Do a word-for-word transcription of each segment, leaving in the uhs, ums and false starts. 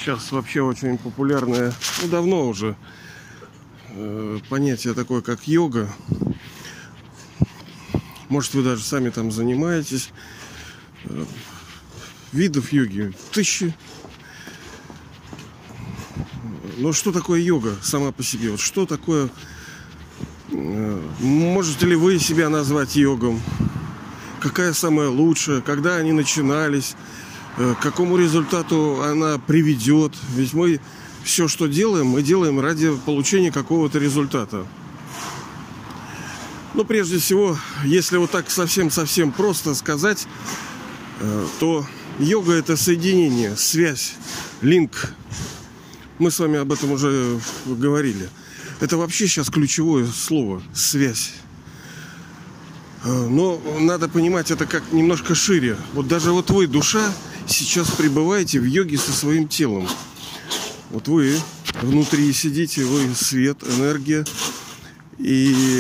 Сейчас вообще очень популярное, ну давно уже, э, понятие такое, как йога. Может, вы даже сами там занимаетесь. Э, видов йоги тысячи. Но что такое йога сама по себе? Вот что такое? Э, можете ли вы себя назвать йогом? Какая самая лучшая? Когда они начинались? К какому результату она приведет? Ведь мы все, что делаем, мы делаем ради получения какого-то результата. Но прежде всего, если вот так совсем-совсем просто сказать, то йога – это соединение, связь, линк. Мы с вами об этом уже говорили. Это вообще сейчас ключевое слово – связь. Но надо понимать это как немножко шире. Вот даже вот вы, душа, сейчас пребываете в йоге со своим телом. Вот вы внутри сидите, вы свет, энергия. И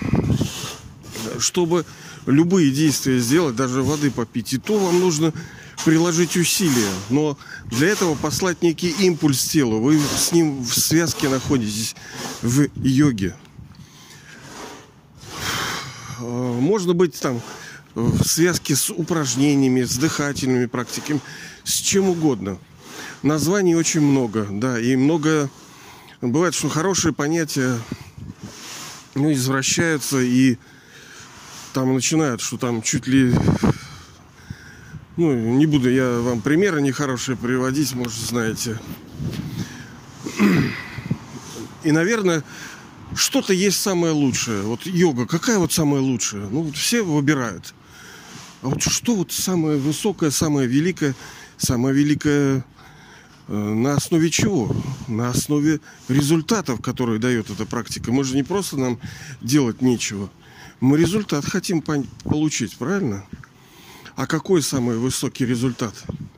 чтобы любые действия сделать, даже воды попить, и то вам нужно приложить усилия. Но для этого послать некий импульс телу. Вы с ним в связке находитесь в йоге. Можно быть там в связке с упражнениями, с дыхательными практиками, с чем угодно. Названий очень много, да, и много... Бывает, что хорошие понятия, ну, извращаются, и там начинают, что там чуть ли... Ну, не буду я вам примеры нехорошие приводить, может, знаете. И, наверное... Что-то есть самое лучшее. Вот йога, какая вот самая лучшая? Ну, вот все выбирают. А вот что вот самое высокое, самое великое, самое великое э, на основе чего? На основе результатов, которые дает эта практика. Мы же не просто нам делать нечего. Мы результат хотим получить, правильно? А какой самый высокий результат?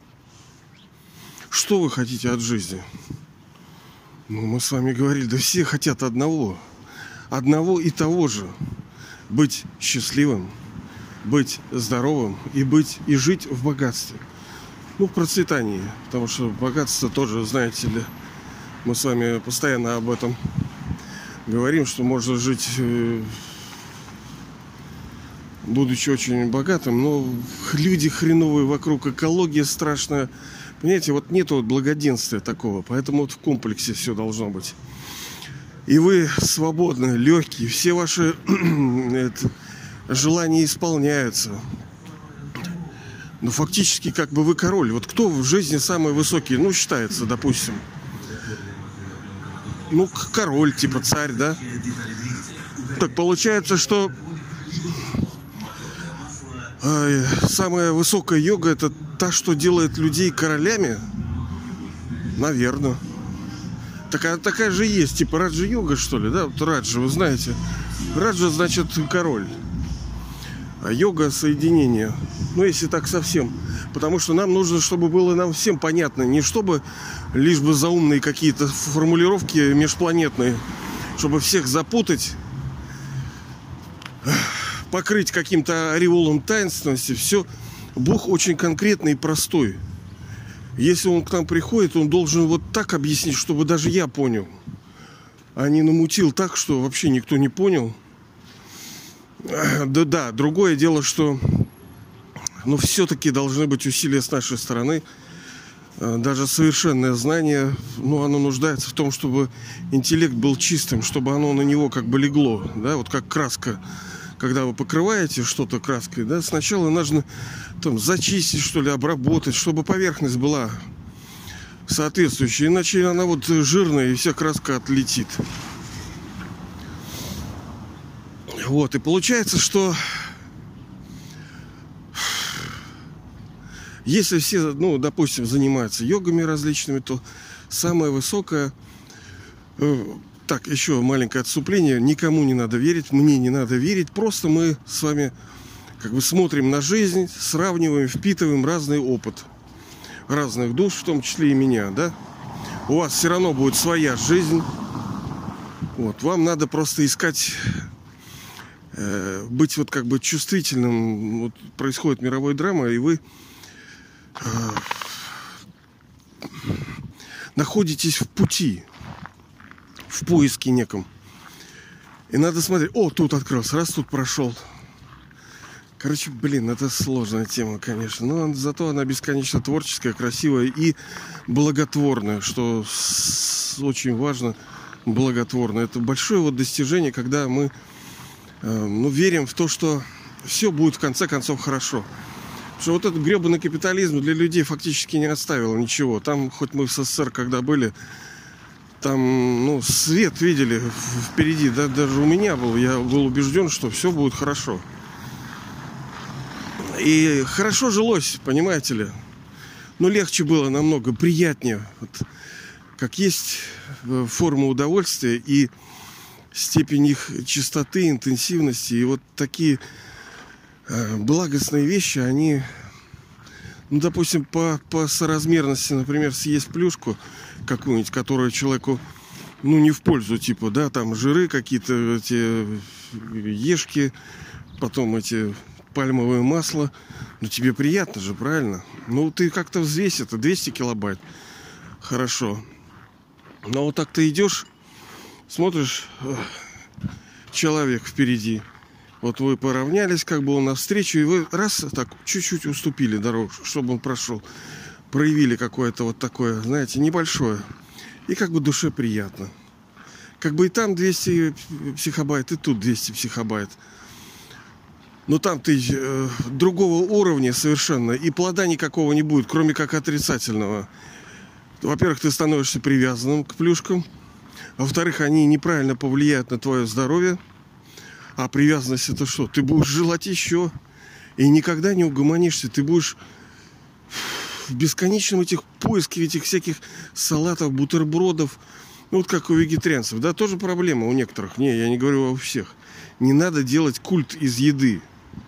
Что вы хотите от жизни? Ну, мы с вами говорили, да все хотят одного. Одного и того же. Быть счастливым, быть здоровым и быть и жить в богатстве. Ну, в процветании. Потому что богатство тоже, знаете ли, мы с вами постоянно об этом говорим, что можно жить, будучи очень богатым, но люди хреновые вокруг, экология страшная. Понимаете, вот нету вот благоденствия такого, поэтому вот в комплексе все должно быть. И вы свободны, легкие, все ваши это, желания исполняются. Но фактически как бы вы король. Вот кто в жизни самый высокий, ну, считается, допустим. Ну, король, типа царь, да? Так получается, что э, самая высокая йога — это та, что делает людей королями? Наверное. Такая, такая же есть, типа раджа-йога, что ли, да? Вот раджа, вы знаете. Раджа значит король. А йога — соединение. Ну, если так совсем. Потому что нам нужно, чтобы было нам всем понятно. Не чтобы лишь бы заумные какие-то формулировки межпланетные. Чтобы всех запутать, покрыть каким-то ореолом таинственности. Все. Бог очень конкретный и простой. Если он к нам приходит, он должен вот так объяснить, чтобы даже я понял. А не намутил так, что вообще никто не понял. Да, да, другое дело, что ну, все-таки должны быть усилия с нашей стороны. Даже совершенное знание, ну, оно нуждается в том, чтобы интеллект был чистым, чтобы оно на него как бы легло, да, вот как краска. Когда вы покрываете что-то краской, да, сначала нужно там зачистить, что ли, обработать, чтобы поверхность была соответствующая. Иначе она вот жирная, и вся краска отлетит. Вот, и получается, что если все, ну, допустим, занимаются йогами различными, то самое высокое... Так, еще маленькое отступление. Никому не надо верить, мне не надо верить. Просто мы с вами как бы смотрим на жизнь, сравниваем, впитываем разный опыт разных душ, в том числе и меня, да? У вас все равно будет своя жизнь. Вот, вам надо просто искать, э, быть вот как бы чувствительным. Вот происходит мировая драма, и вы... Э, находитесь в пути, в поиске неком. И надо смотреть, о, тут открылся, раз тут прошел. Короче, блин, это сложная тема, конечно. Но зато она бесконечно творческая, красивая и благотворная, что очень важно, благотворно. Это большое вот достижение, когда мы э, ну, верим в то, что все будет в конце концов хорошо. Потому что вот этот гребаный капитализм для людей фактически не оставил ничего. Там, хоть мы в СССР когда были, там, ну, свет видели впереди. Да, даже у меня был, я был убежден, что все будет хорошо. И хорошо жилось, понимаете ли. Но легче было намного, приятнее. Вот, как есть форма удовольствия и степень их чистоты, интенсивности. И вот такие э, благостные вещи, они, ну, допустим, по, по соразмерности, например, съесть плюшку какую-нибудь, которая человеку, ну, не в пользу, типа, да, там жиры какие-то, эти ешки, потом эти... пальмовое масло, ну тебе приятно же, правильно? Ну ты как-то взвесь это, двести килобайт. Хорошо. Но вот так ты идешь, смотришь, человек впереди. Вот вы поравнялись, как бы он навстречу, и вы раз так чуть-чуть уступили дорогу, чтобы он прошел. Проявили какое-то вот такое, знаете, небольшое. И как бы душе приятно. Как бы и там двести психобайт, и тут двести психобайт. Но там ты э, другого уровня совершенно, и плода никакого не будет, кроме как отрицательного. Во-первых, ты становишься привязанным к плюшкам. Во-вторых, они неправильно повлияют на твое здоровье. А привязанность это что? Ты будешь желать еще. И никогда не угомонишься. Ты будешь в бесконечном этих поиске этих всяких салатов, бутербродов. Ну вот как у вегетарианцев. Да, тоже проблема у некоторых. Не, я не говорю у всех. Не надо делать культ из еды.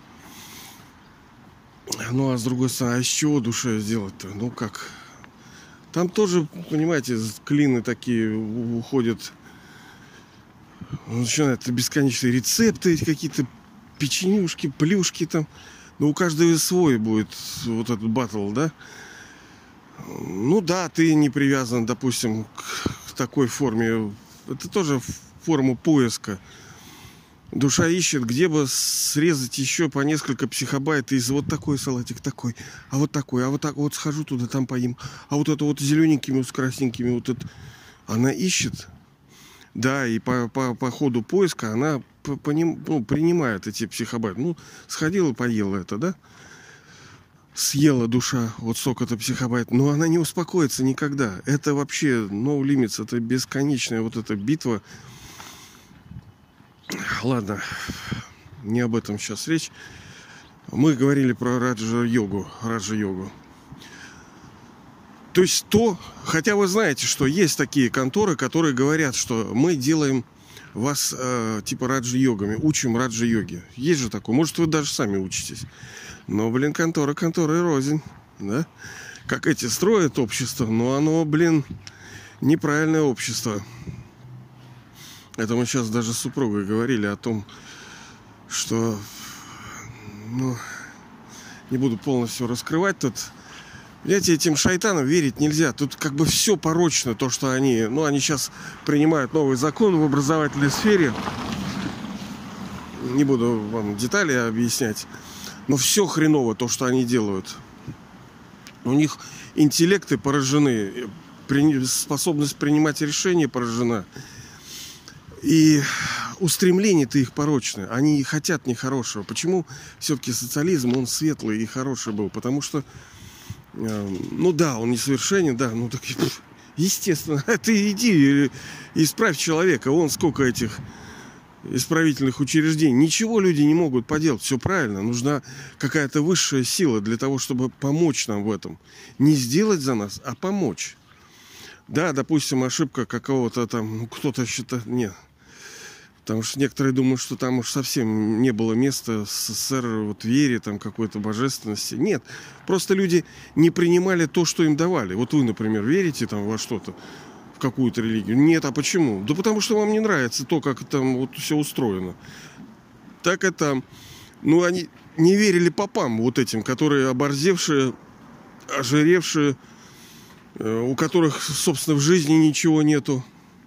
Ну, а с другой стороны, а из чего душе сделать-то? Ну, как? Там тоже, понимаете, клины такие уходят. Начинают бесконечные рецепты, какие-то печенюшки, плюшки там. Ну, у каждого свой будет вот этот баттл, да? Ну, да, ты не привязан, допустим, к такой форме. Это тоже форма поиска. Душа ищет, где бы срезать еще по несколько психобайт из вот такой салатик, такой, а вот такой, а вот так вот схожу туда, там поим. А вот это вот зелененькими, с красненькими, вот это. Она ищет. Да, и по, по, по ходу поиска она по, по ним, ну, принимает эти психобайты. Ну, сходила, поела это, да? Съела душа вот сколько-то психобайт, но она не успокоится никогда. Это вообще no limits, это бесконечная вот эта битва. Ладно, не об этом сейчас речь. Мы говорили про раджа-йогу, раджа-йогу. То есть то, хотя вы знаете, что есть такие конторы, которые говорят, что мы делаем вас э, типа раджа-йогами, учим раджа-йоге. Есть же такое, может вы даже сами учитесь. Но, блин, контора конторы рознь, да? Как эти строят общество, но оно, блин, неправильное общество. Это мы сейчас даже с супругой говорили о том, что, ну, не буду полностью раскрывать тут. Знаете, этим шайтанам верить нельзя. Тут как бы все порочно, то, что они, ну, они сейчас принимают новый закон в образовательной сфере. Не буду вам детали объяснять. Но все хреново, то, что они делают. У них интеллекты поражены, способность принимать решения поражена. И устремления-то их порочные. Они хотят нехорошего. Почему все-таки социализм, он светлый и хороший был? Потому что, э, ну да, он несовершенен, да, ну так, естественно, ты иди и исправь человека. Вон сколько этих исправительных учреждений. Ничего люди не могут поделать. Все правильно. Нужна какая-то высшая сила для того, чтобы помочь нам в этом. Не сделать за нас, а помочь. Да, допустим, ошибка какого-то там, кто-то считает, нет. Потому что некоторые думают, что там уж совсем не было места СССР, вот вере, там какой-то божественности. Нет, просто люди не принимали то, что им давали. Вот вы, например, верите там во что-то, в какую-то религию. Нет, а почему? Да потому что вам не нравится то, как там вот все устроено. Так это, ну, они не верили попам вот этим, которые оборзевшие, ожиревшие, у которых, собственно, в жизни ничего нету.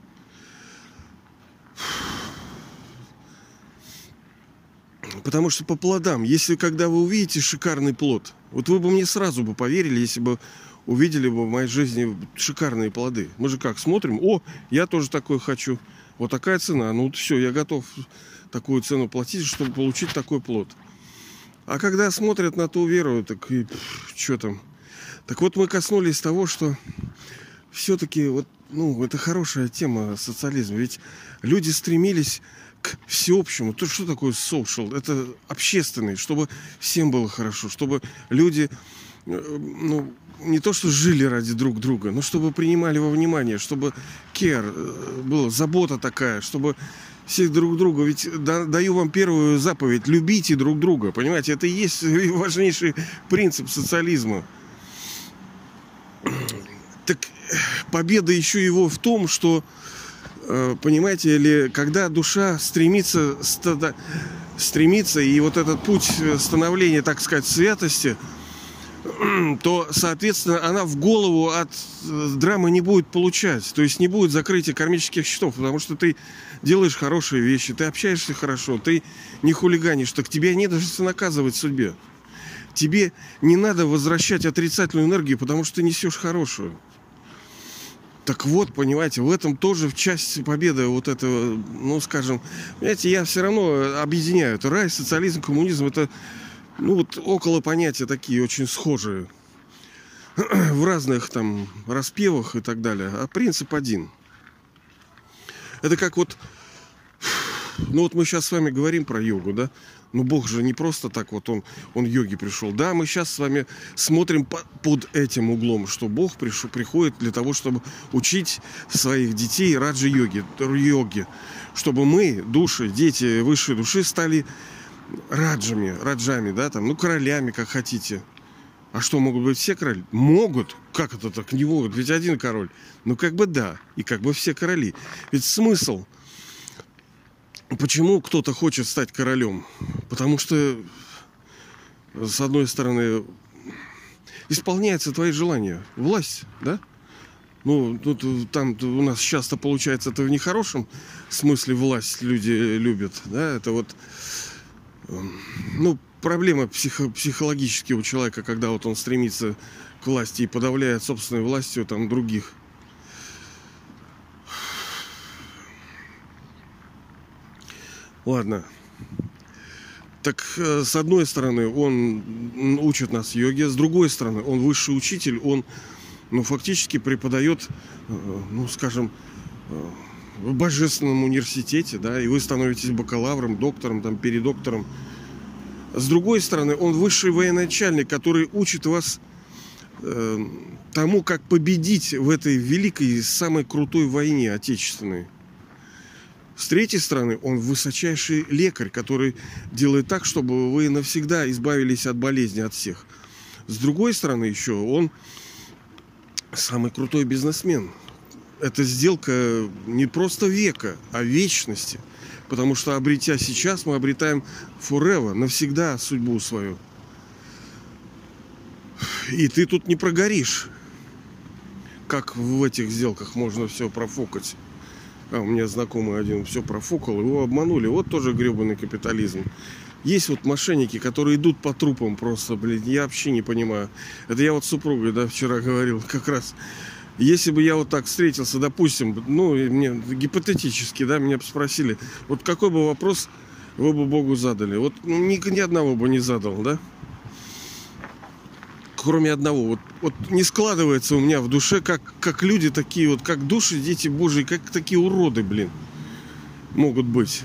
Потому что по плодам, если когда вы увидите шикарный плод, вот вы бы мне сразу бы поверили, если бы увидели бы в моей жизни шикарные плоды. Мы же как смотрим, о, я тоже такое хочу. Вот такая цена, ну все, я готов такую цену платить, чтобы получить такой плод. А когда смотрят на ту веру, так и что там. Так вот мы коснулись того, что все-таки вот, ну, это хорошая тема социализма. Ведь люди стремились к всеобщему. То, что такое social? Это общественный, чтобы всем было хорошо, чтобы люди, ну, не то что жили ради друг друга, но чтобы принимали во внимание, чтобы care была, забота такая, чтобы все друг друга. Ведь да, даю вам первую заповедь: любите друг друга. Понимаете, это и есть важнейший принцип социализма. Так победа еще его в том, что, понимаете ли, когда душа стремится, стремится, и вот этот путь становления, так сказать, святости, то, соответственно, она в голову от драмы не будет получать. То есть не будет закрытия кармических счетов, потому что ты делаешь хорошие вещи, ты общаешься хорошо, ты не хулиганишь, так тебе не даже наказывать судьбе. Тебе не надо возвращать отрицательную энергию, потому что ты несешь хорошую. Так вот, понимаете, в этом тоже в части победы вот этого, ну, скажем, понимаете, я все равно объединяю. Это рай, социализм, коммунизм, это, ну, вот около понятия такие очень схожие. В разных там распевах и так далее. А принцип один. Это как вот, ну вот мы сейчас с вами говорим про йогу, да? Но Бог же не просто так вот, он, он йоги пришел. Да, мы сейчас с вами смотрим по, под этим углом, что Бог пришел, приходит для того, чтобы учить своих детей раджа-йоги, йоги. Чтобы мы, души, дети высшей души, стали раджами, раджами, да, там, ну, королями, как хотите. А что, могут быть все короли? Могут. Как это так не могут? Ведь один король. Ну, как бы да. И как бы все короли. Ведь смысл... Почему кто-то хочет стать королем? Потому что, с одной стороны, исполняются твои желания. Власть, да? Ну, тут, там у нас часто получается это в нехорошем смысле власть люди любят, да? Это вот, ну, проблема психо- психологически у человека, когда вот он стремится к власти и подавляет собственной властью там других. Ладно. Так, с одной стороны, он учит нас йоге, с другой стороны, он высший учитель, он, ну, фактически преподает, ну, скажем, в божественном университете, да, и вы становитесь бакалавром, доктором, там, передоктором. С другой стороны, он высший военачальник, который учит вас э, тому, как победить в этой великой, самой крутой войне отечественной. С третьей стороны, он высочайший лекарь, который делает так, чтобы вы навсегда избавились от болезни, от всех. С другой стороны, еще он самый крутой бизнесмен. Это сделка не просто века, а вечности. Потому что, обретя сейчас, мы обретаем forever, навсегда судьбу свою. И ты тут не прогоришь. Как в этих сделках можно все профукать. А у меня знакомый один все профукал, его обманули. Вот тоже гребаный капитализм. Есть вот мошенники, которые идут по трупам просто, блин, я вообще не понимаю. Это я вот с супругой, да, вчера говорил как раз. Если бы я вот так встретился, допустим, ну, мне гипотетически, да, меня бы спросили, вот какой бы вопрос вы бы Богу задали? Вот, ну, ни, ни одного бы не задал, да? Кроме одного. Вот, вот не складывается у меня в душе, как, как люди такие, вот как души, дети Божьи, как такие уроды, блин, могут быть.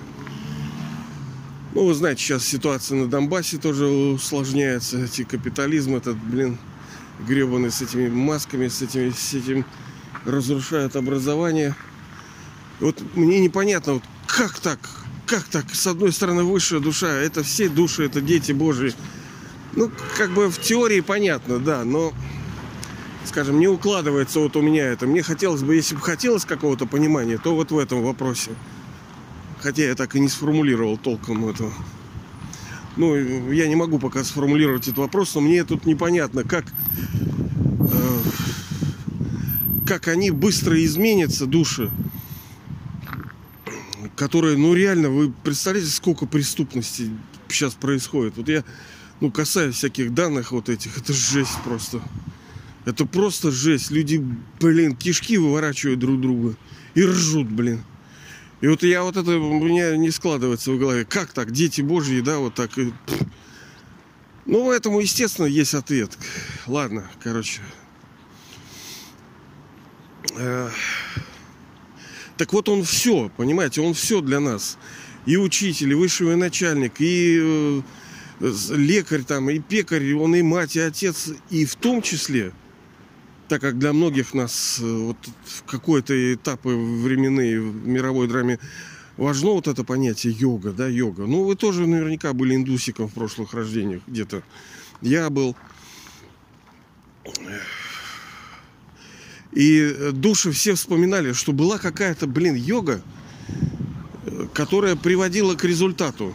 Ну, вы знаете, сейчас ситуация на Донбассе тоже усложняется. Эти капитализм этот, блин, гребаный с этими масками, с этими, с этим разрушают образование. Вот мне непонятно, вот как так, как так, с одной стороны высшая душа, это все души, это дети Божьи. Ну, как бы в теории понятно, да, но, скажем, не укладывается вот у меня это. Мне хотелось бы, если бы хотелось какого-то понимания, то вот в этом вопросе. Хотя я так и не сформулировал толком этого. Ну, я не могу пока сформулировать этот вопрос, но мне тут непонятно, как... Э, как они быстро изменятся, души, которые, ну реально, вы представляете, сколько преступностей сейчас происходит. Вот я, ну, касаюсь всяких данных вот этих, это жесть просто. Это просто жесть. Люди, блин, кишки выворачивают друг друга и ржут, блин. И вот я вот это, у меня не складывается в голове. Как так? Дети Божьи, да, вот так. Ну, этому, естественно, есть ответ. Ладно, короче. Так вот он все, понимаете, он все для нас. И учитель, и высший начальник, и лекарь там, и пекарь, он и мать, и отец. И в том числе, так как для многих нас вот в какой-то этапы временные в мировой драме важно вот это понятие йога, да, йога. Ну, вы тоже наверняка были индусиком в прошлых рождениях где-то. Я был. И души все вспоминали, что была какая-то, блин, йога, которая приводила к результату.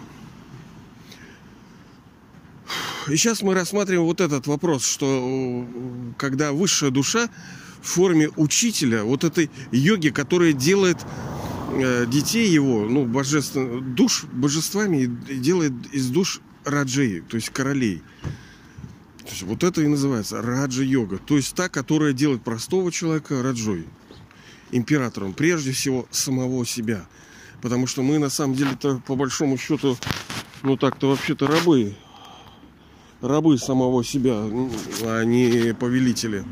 И сейчас мы рассматриваем вот этот вопрос, что когда высшая душа в форме учителя, вот этой йоги, которая делает детей его, ну, божественных душ божествами, и делает из душ раджей, то есть королей. То есть вот это и называется раджа-йога. То есть та, которая делает простого человека раджой, императором, прежде всего самого себя. Потому что мы на самом деле-то по большому счету, ну так-то вообще-то рабы. Рабы самого себя, а не повелители.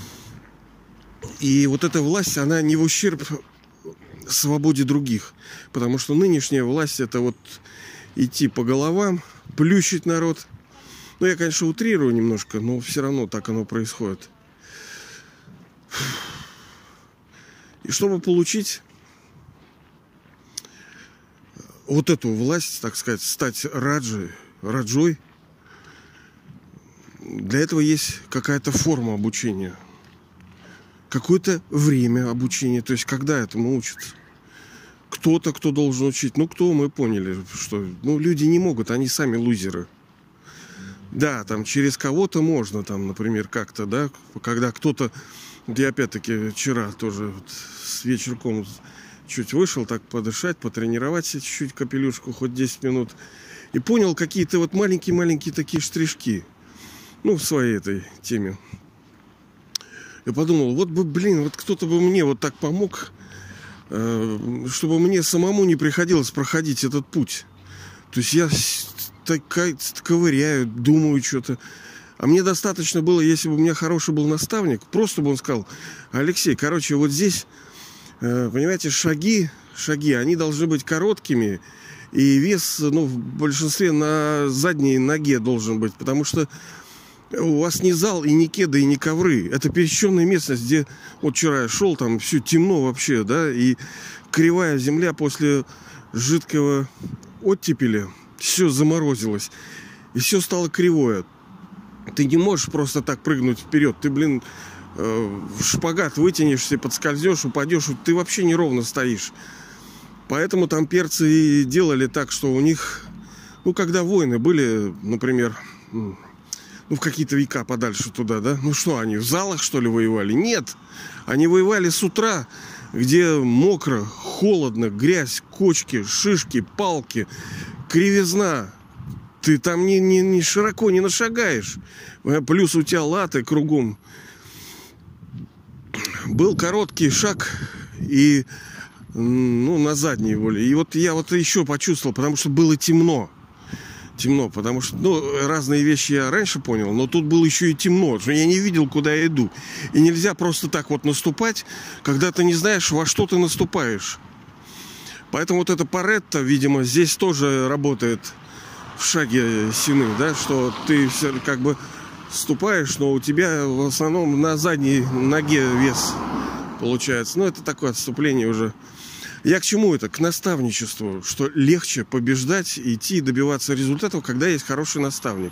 И вот эта власть, она не в ущерб свободе других. Потому что нынешняя власть — это вот идти по головам, плющить народ. Ну, я, конечно, утрирую немножко, но все равно так оно происходит. И чтобы получить вот эту власть, так сказать, стать раджей, раджой, для этого есть какая-то форма обучения. Какое-то время обучения. То есть, когда этому учатся. Кто-то, кто должен учить. Ну, кто, мы поняли, что ну, люди не могут, они сами лузеры. Да, там через кого-то можно, там, например, как-то, да, когда кто-то, я опять-таки вчера тоже вот с вечерком чуть вышел, так подышать, потренировать себе чуть-чуть капелюшку, хоть десять минут, и понял какие-то вот маленькие-маленькие такие штришки, ну, в своей этой теме. Я подумал, вот бы, блин, вот кто-то бы мне вот так помог, чтобы мне самому не приходилось проходить этот путь. То есть я так ковыряю, думаю что-то. А мне достаточно было, если бы у меня хороший был наставник, просто бы он сказал: Алексей, короче, вот здесь, понимаете, шаги, шаги, они должны быть короткими, и вес, ну, в большинстве на задней ноге должен быть, потому что у вас не зал, и не кеды, и не ковры. Это пересеченная местность, где вот вчера я шел, там все темно вообще, да, и кривая земля после жидкого оттепеля, все заморозилось, и все стало кривое. Ты не можешь просто так прыгнуть вперед. Ты, блин, в шпагат вытянешься, подскользнешь, упадешь, ты вообще неровно стоишь. Поэтому там перцы и делали так, что у них, ну, когда войны были, например, ну, в какие-то века подальше туда, да, ну что, они в залах, что ли, воевали? Нет, они воевали с утра, где мокро, холодно, грязь, кочки, шишки, палки, кривизна. Ты там не, не, не широко не нашагаешь. Плюс у тебя латы кругом. Был короткий шаг и, ну, на задней воле. И вот я вот еще почувствовал, потому что было темно. Темно, потому что, ну, разные вещи я раньше понял, но тут было еще и темно, что я не видел, куда я иду. И нельзя просто так вот наступать, когда ты не знаешь, во что ты наступаешь. Поэтому вот это Паретто, видимо, здесь тоже работает в шаге сины, да, что ты все как бы ступаешь, но у тебя в основном на задней ноге вес получается. Ну, это такое отступление уже. Я к чему это? К наставничеству, что легче побеждать, идти и добиваться результатов, когда есть хороший наставник.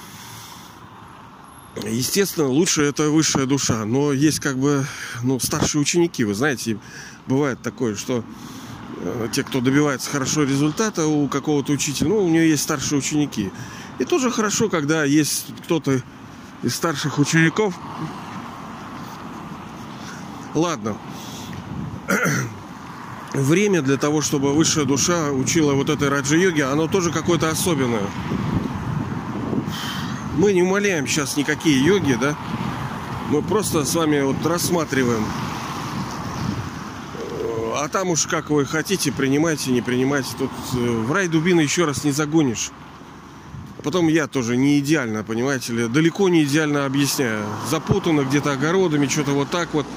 Естественно, лучше это высшая душа, но есть как бы, ну, старшие ученики, вы знаете, бывает такое, что э, те, кто добивается хорошего результата у какого-то учителя, ну, у нее есть старшие ученики. И тоже хорошо, когда есть кто-то из старших учеников, Ладно. Время для того, чтобы высшая душа учила вот этой раджа-йоге, оно тоже какое-то особенное. Мы не умаляем сейчас никакие йоги, да? Мы просто с вами вот рассматриваем. А там уж как вы хотите, принимайте, не принимайте. Тут в рай дубины еще раз не загонишь. Потом я тоже не идеально, понимаете ли, далеко не идеально объясняю. Запутано где-то огородами, что-то вот так вот.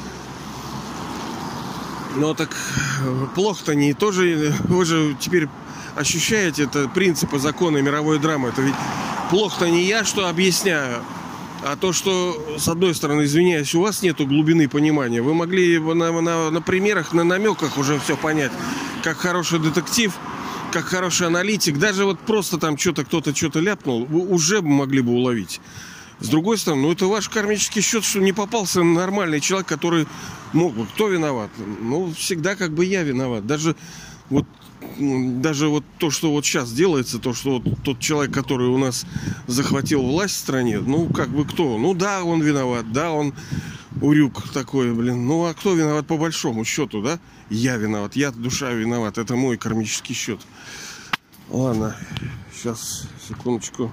Но так плохо-то не тоже. Вы же теперь ощущаете это принципы, законы мировой драмы. Это ведь плохо-то не я, что объясняю, а то, что, с одной стороны, извиняюсь, у вас нету глубины понимания. Вы могли на, на, на примерах, на намеках уже все понять. Как хороший детектив, как хороший аналитик. Даже вот просто там что-то кто-то что-то ляпнул, вы уже могли бы уловить. С другой стороны, ну это ваш кармический счет, что не попался нормальный человек, который мог бы. Кто виноват? Ну, всегда как бы я виноват. Даже вот, даже вот то, что вот сейчас делается, то, что вот тот человек, который у нас захватил власть в стране, ну, как бы кто? Ну да, он виноват, да, он урюк такой, блин. Ну, а кто виноват по большому счету, да? Я виноват, я душа виноват. Это мой кармический счет. Ладно, сейчас, секундочку.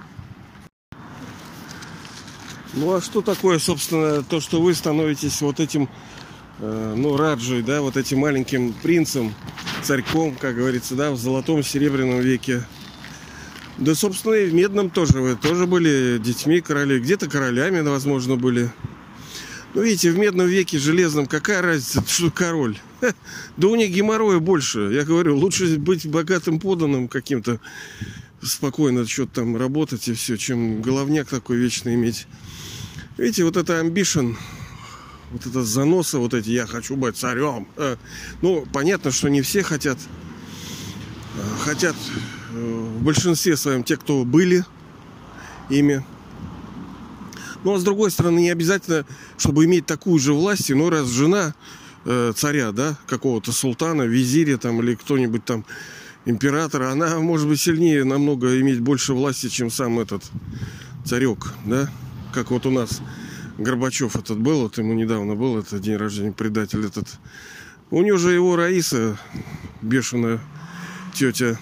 Ну, а что такое, собственно, то, что вы становитесь вот этим, э, ну, раджей, да, вот этим маленьким принцем, царьком, как говорится, да, в золотом, серебряном веке. Да, собственно, и в медном тоже вы тоже были детьми королей, где-то королями, возможно, были. Ну, видите, в медном веке, железном, какая разница, что король? Ха, да у них геморроя больше. Я говорю, лучше быть богатым подданным каким-то, спокойно что-то там работать и все, чем головняк такой вечно иметь. Видите, вот это ambition, вот это заноса, вот эти «я хочу быть царем». Ну, понятно, что не все хотят. Хотят в большинстве своем те, кто были ими. Ну, а с другой стороны, не обязательно, чтобы иметь такую же власть, но раз жена э, царя, да, какого-то султана, визиря там или кто-нибудь там, императора, она может быть сильнее, намного иметь больше власти, чем сам этот царек, да? Как вот у нас Горбачев этот был, вот ему недавно был, это день рождения, предатель этот. У него же его Раиса, бешеная тетя,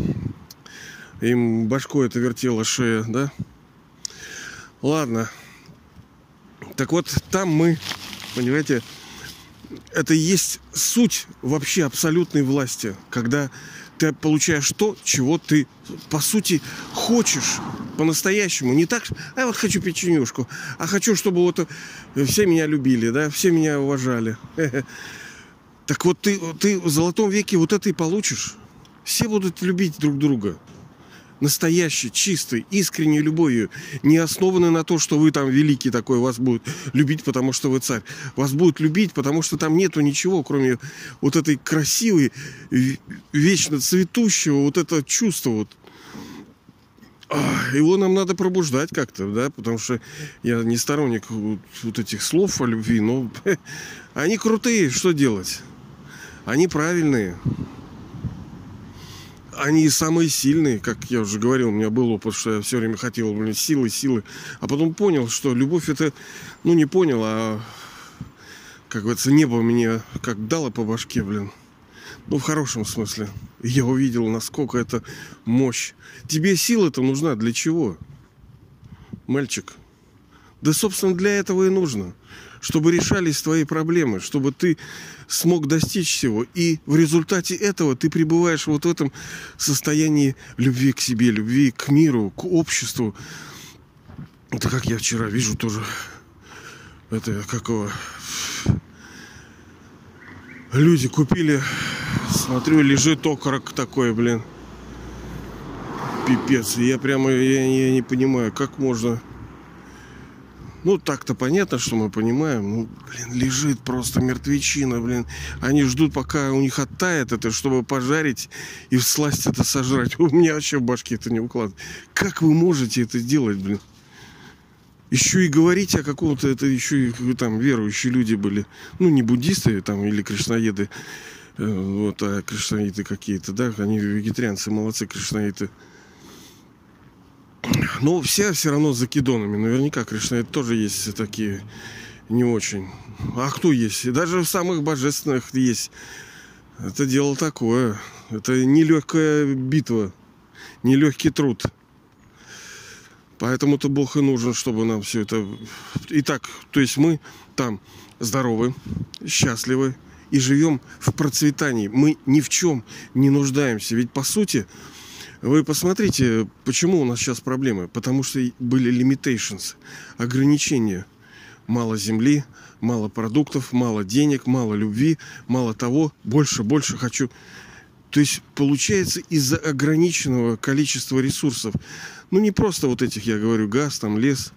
им башкой это вертела шея, да? Ладно. Так вот, там мы, понимаете, это и есть суть вообще абсолютной власти, когда ты получаешь то, чего ты, по сути, хочешь по-настоящему. Не так, а вот хочу печенюшку, а хочу, чтобы вот все меня любили, да, все меня уважали. Так вот, ты, ты в золотом веке вот это и получишь. Все будут любить друг друга. Настоящей, чистой, искренней любовью, не основанной на то, что вы там великий такой, вас будут любить, потому что вы царь. Вас будут любить, потому что там нету ничего, кроме вот этой красивой, вечно цветущего вот этого чувства. Вот. Его нам надо пробуждать как-то, да, потому что я не сторонник вот, вот этих слов о любви, но они крутые, что делать? Они правильные. Они самые сильные, как я уже говорил, у меня был опыт, что я все время хотел, блин, силы, силы. А потом понял, что любовь это, ну не понял, а, как говорится, небо мне как дало по башке, блин. Ну, в хорошем смысле. Я увидел, насколько это мощь. Тебе сила-то нужна для чего, мальчик? Да, собственно, для этого и нужно. Чтобы решались твои проблемы, чтобы ты смог достичь всего. И в результате этого ты пребываешь вот в этом состоянии любви к себе, любви к миру, к обществу. Это как я вчера вижу тоже. Это какого... Люди купили, смотрю, лежит окорок такой, блин. Пипец. Я прямо я, я не понимаю, как можно... Ну, так-то понятно, что мы понимаем. Ну, блин, лежит просто мертвечина, блин. Они ждут, пока у них оттает это, чтобы пожарить и всласть это сожрать. У меня вообще в башке это не укладывает. Как вы можете это делать, блин? Еще и говорить о каком-то... Это еще и там верующие люди были. Ну, не буддисты там или кришнаеды. Вот, а кришнаиты какие-то, да? Они вегетарианцы, молодцы, кришнаиты. Но все все равно с закидонами. Наверняка, конечно, это тоже есть такие не очень. А кто есть? И даже в самых божественных есть. Это дело такое. Это нелегкая битва, нелегкий труд. Поэтому-то Бог и нужен, чтобы нам все это... Итак, то есть мы там здоровы, счастливы и живем в процветании. Мы ни в чем не нуждаемся. Ведь по сути, вы посмотрите, почему у нас сейчас проблемы. Потому что были limitations, ограничения. Мало земли, мало продуктов, мало денег, мало любви, мало того, больше, больше хочу. То есть получается из-за ограниченного количества ресурсов. Ну не просто вот этих, я говорю, газ, там лес.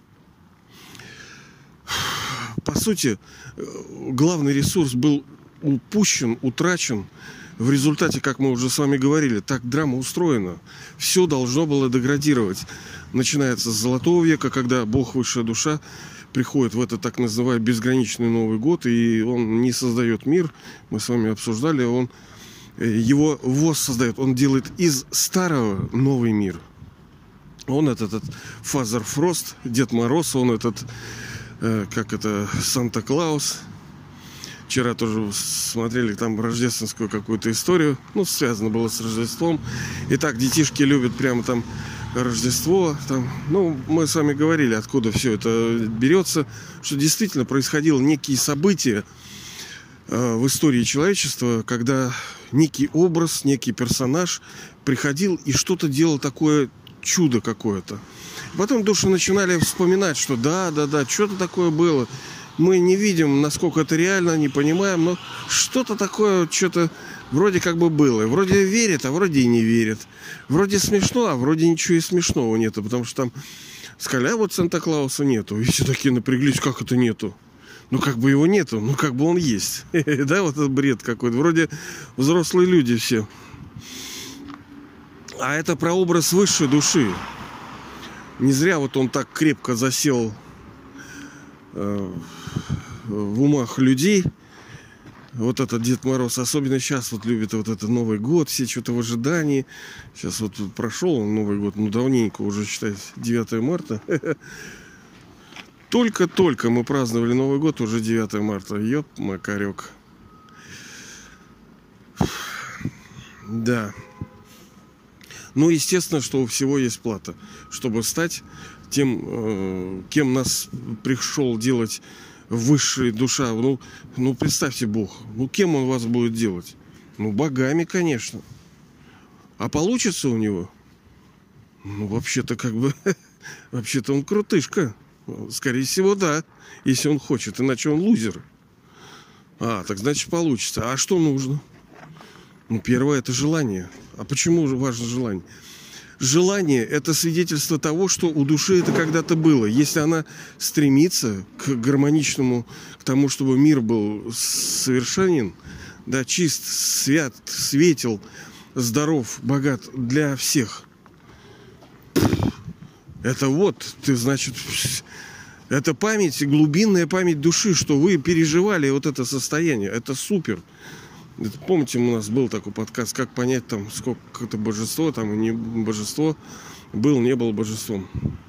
По сути, главный ресурс был упущен, утрачен. В результате, как мы уже с вами говорили, так драма устроена. Все должно было деградировать. Начинается с Золотого века, когда Бог, высшая душа, приходит в этот так называемый безграничный Новый год, и он не создает мир. Мы с вами обсуждали, он его воссоздает. Он делает из старого новый мир. Он этот, этот Фазер Фрост, Дед Мороз, он этот, э, как это, Санта-Клаус. Вчера тоже смотрели там рождественскую какую-то историю. Ну, связано было с Рождеством. И так детишки любят прямо там Рождество. Там, ну, мы с вами говорили, откуда все это берется. Что действительно происходило некие события э, в истории человечества, когда некий образ, некий персонаж приходил и что-то делал такое, чудо какое-то. Потом души начинали вспоминать, что да, да, да, что-то такое было. Мы не видим, насколько это реально, не понимаем, но что-то такое, что-то вроде как бы было. Вроде верит, а вроде и не верит. Вроде смешно, а вроде ничего и смешного нету, потому что там сказали, а вот Санта-Клауса нету. И все такие напряглись, как это нету? Ну, как бы его нету, ну, как бы он есть. Да, вот этот бред какой-то. Вроде взрослые люди все. А это прообраз высшей души. Не зря вот он так крепко засел э, в умах людей. Вот этот Дед Мороз. Особенно сейчас вот любит вот это Новый год. Все что-то в ожидании. Сейчас вот прошел Новый год. Ну, давненько уже, считай, девятое марта. Только-только мы праздновали Новый год, уже девятое марта. Ёп, макарек. Да. Ну, естественно, что у всего есть плата. Чтобы стать тем, кем нас пришел делать высшая душа. Ну, ну, представьте, Бог. Ну, кем он вас будет делать? Ну, богами, конечно. А получится у него? Ну, вообще-то, как бы... Вообще-то он крутышка. Скорее всего, да. Если он хочет. Иначе он лузер. А, так значит получится. А что нужно? Ну, первое, это желание. А почему же важно желание? Желание – это свидетельство того, что у души это когда-то было. Если она стремится к гармоничному, к тому, чтобы мир был совершенен, да, чист, свят, светел, здоров, богат для всех. Это вот, ты, значит, это память, глубинная память души, что вы переживали вот это состояние. Это супер. Это, помните, у нас был такой подкаст, как понять, там, сколько это божество, там, и не божество, был, не был божеством.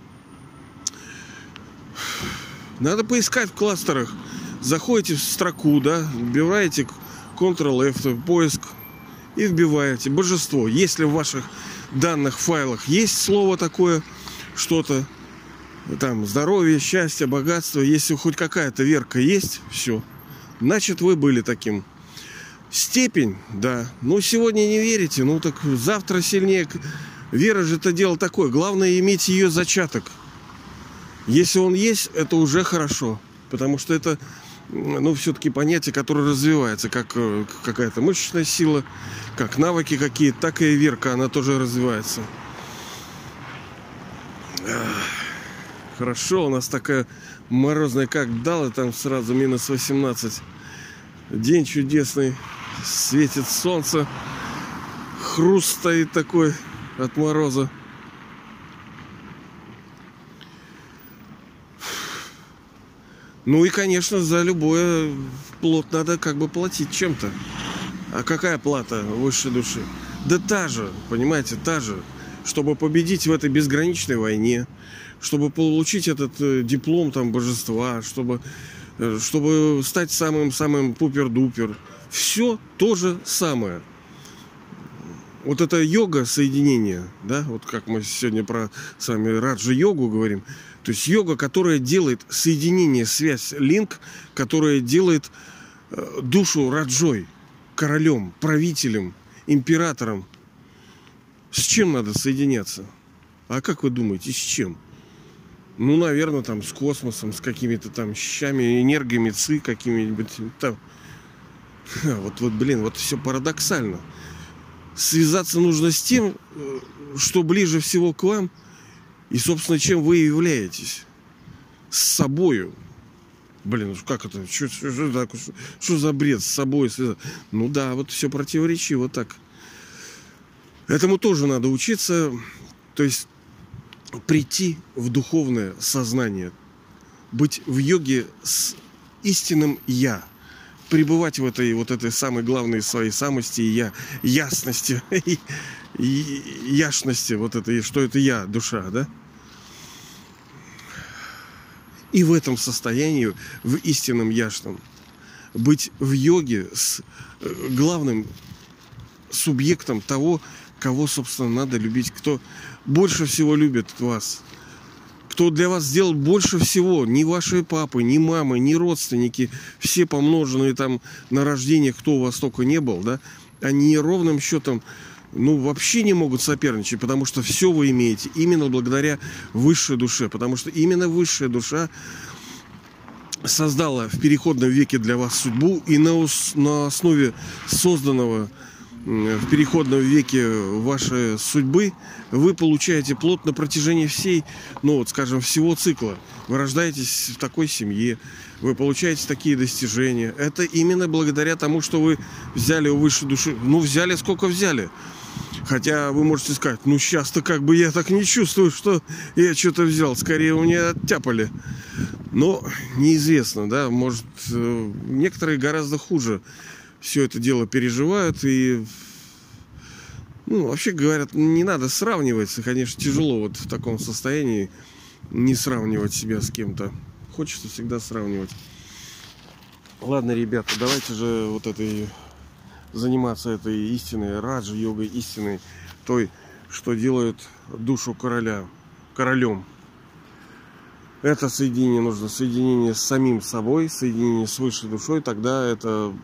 Надо поискать в кластерах. Заходите в строку, да, вбиваете контрол-F, поиск, и вбиваете божество. Если в ваших данных файлах есть слово такое, что-то, там, здоровье, счастье, богатство, если хоть какая-то верка есть, все, значит, вы были таким. Степень, да. Но сегодня не верите, ну так завтра сильнее. Вера же это дело такое. Главное иметь ее зачаток. Если он есть, это уже хорошо. Потому что это, ну, все-таки понятие, которое развивается. Как какая-то мышечная сила, как навыки какие-то, так и верка, она тоже развивается. Хорошо, у нас такая морозная, как дала, там сразу минус восемнадцать. День чудесный. Светит солнце, хруст стоит такой от мороза. Ну и, конечно, за любой плод надо как бы платить чем-то. А какая плата высшей души? Да та же, понимаете, та же. чтобы победить в этой безграничной войне, чтобы получить этот э, диплом там божества, чтобы, э, чтобы стать самым-самым пупер-дупер. Все то же самое. Вот это йога соединение, да, вот как мы сегодня про с вами раджа-йогу говорим, то есть йога, которая делает соединение, связь, линк, которая делает э, душу раджой, королем, правителем, императором. С чем надо соединяться? А как вы думаете, с чем? Ну, наверное, там с космосом, с какими-то там щами, энергиями, ци какими-нибудь там. Вот, вот, блин, вот все парадоксально. Связаться нужно с тем, что ближе всего к вам, и, собственно, чем вы являетесь. С собою. Блин, как это? Что, что, что, что за бред с собой связать? Ну да, вот все противоречиво так. Этому тоже надо учиться. То есть прийти в духовное сознание. Быть в йоге с истинным «я». Пребывать в этой вот этой самой главной своей самости и я, ясности, и, и яшности, вот это, что это я, душа, да? И в этом состоянии, в истинном яшном, быть в йоге с главным субъектом того, кого, собственно, надо любить, кто больше всего любит вас. Кто для вас сделал больше всего, ни ваши папы, ни мамы, ни родственники, все помноженные там на рождение, кто у вас только не был, да, они ровным счетом, ну, вообще не могут соперничать, потому что все вы имеете именно благодаря высшей душе, потому что именно высшая душа создала в переходном веке для вас судьбу, и на, на основе созданного в переходном веке вашей судьбы вы получаете плод на протяжении всей, ну вот скажем, всего цикла. Вы рождаетесь в такой семье, вы получаете такие достижения. Это именно благодаря тому, что вы взяли у высшей души. Ну, взяли сколько взяли. Хотя вы можете сказать, ну сейчас-то как бы я так не чувствую, что я что-то взял. Скорее у меня оттяпали. Но неизвестно, да, может, некоторые гораздо хуже все это дело переживают. И, ну, вообще говорят, не надо сравнивать. Конечно, тяжело вот в таком состоянии не сравнивать себя с кем-то. Хочется всегда сравнивать. Ладно, ребята, давайте же вот этой заниматься этой истинной раджа-йогой, истинной, той, что делает душу короля королем. Это соединение нужно, соединение с самим собой, соединение с высшей душой. Тогда это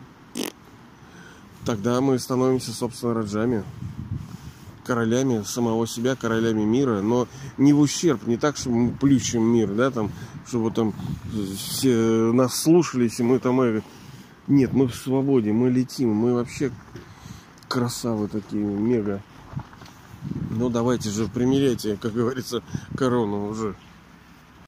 Тогда мы становимся, собственно, раджами, королями самого себя, королями мира, но не в ущерб, не так, что мы плющим мир, да, там, чтобы там все нас слушались, и мы там... Нет, мы в свободе, мы летим, мы вообще красавы такие, мега. Ну, давайте же, примеряйте, как говорится, корону уже.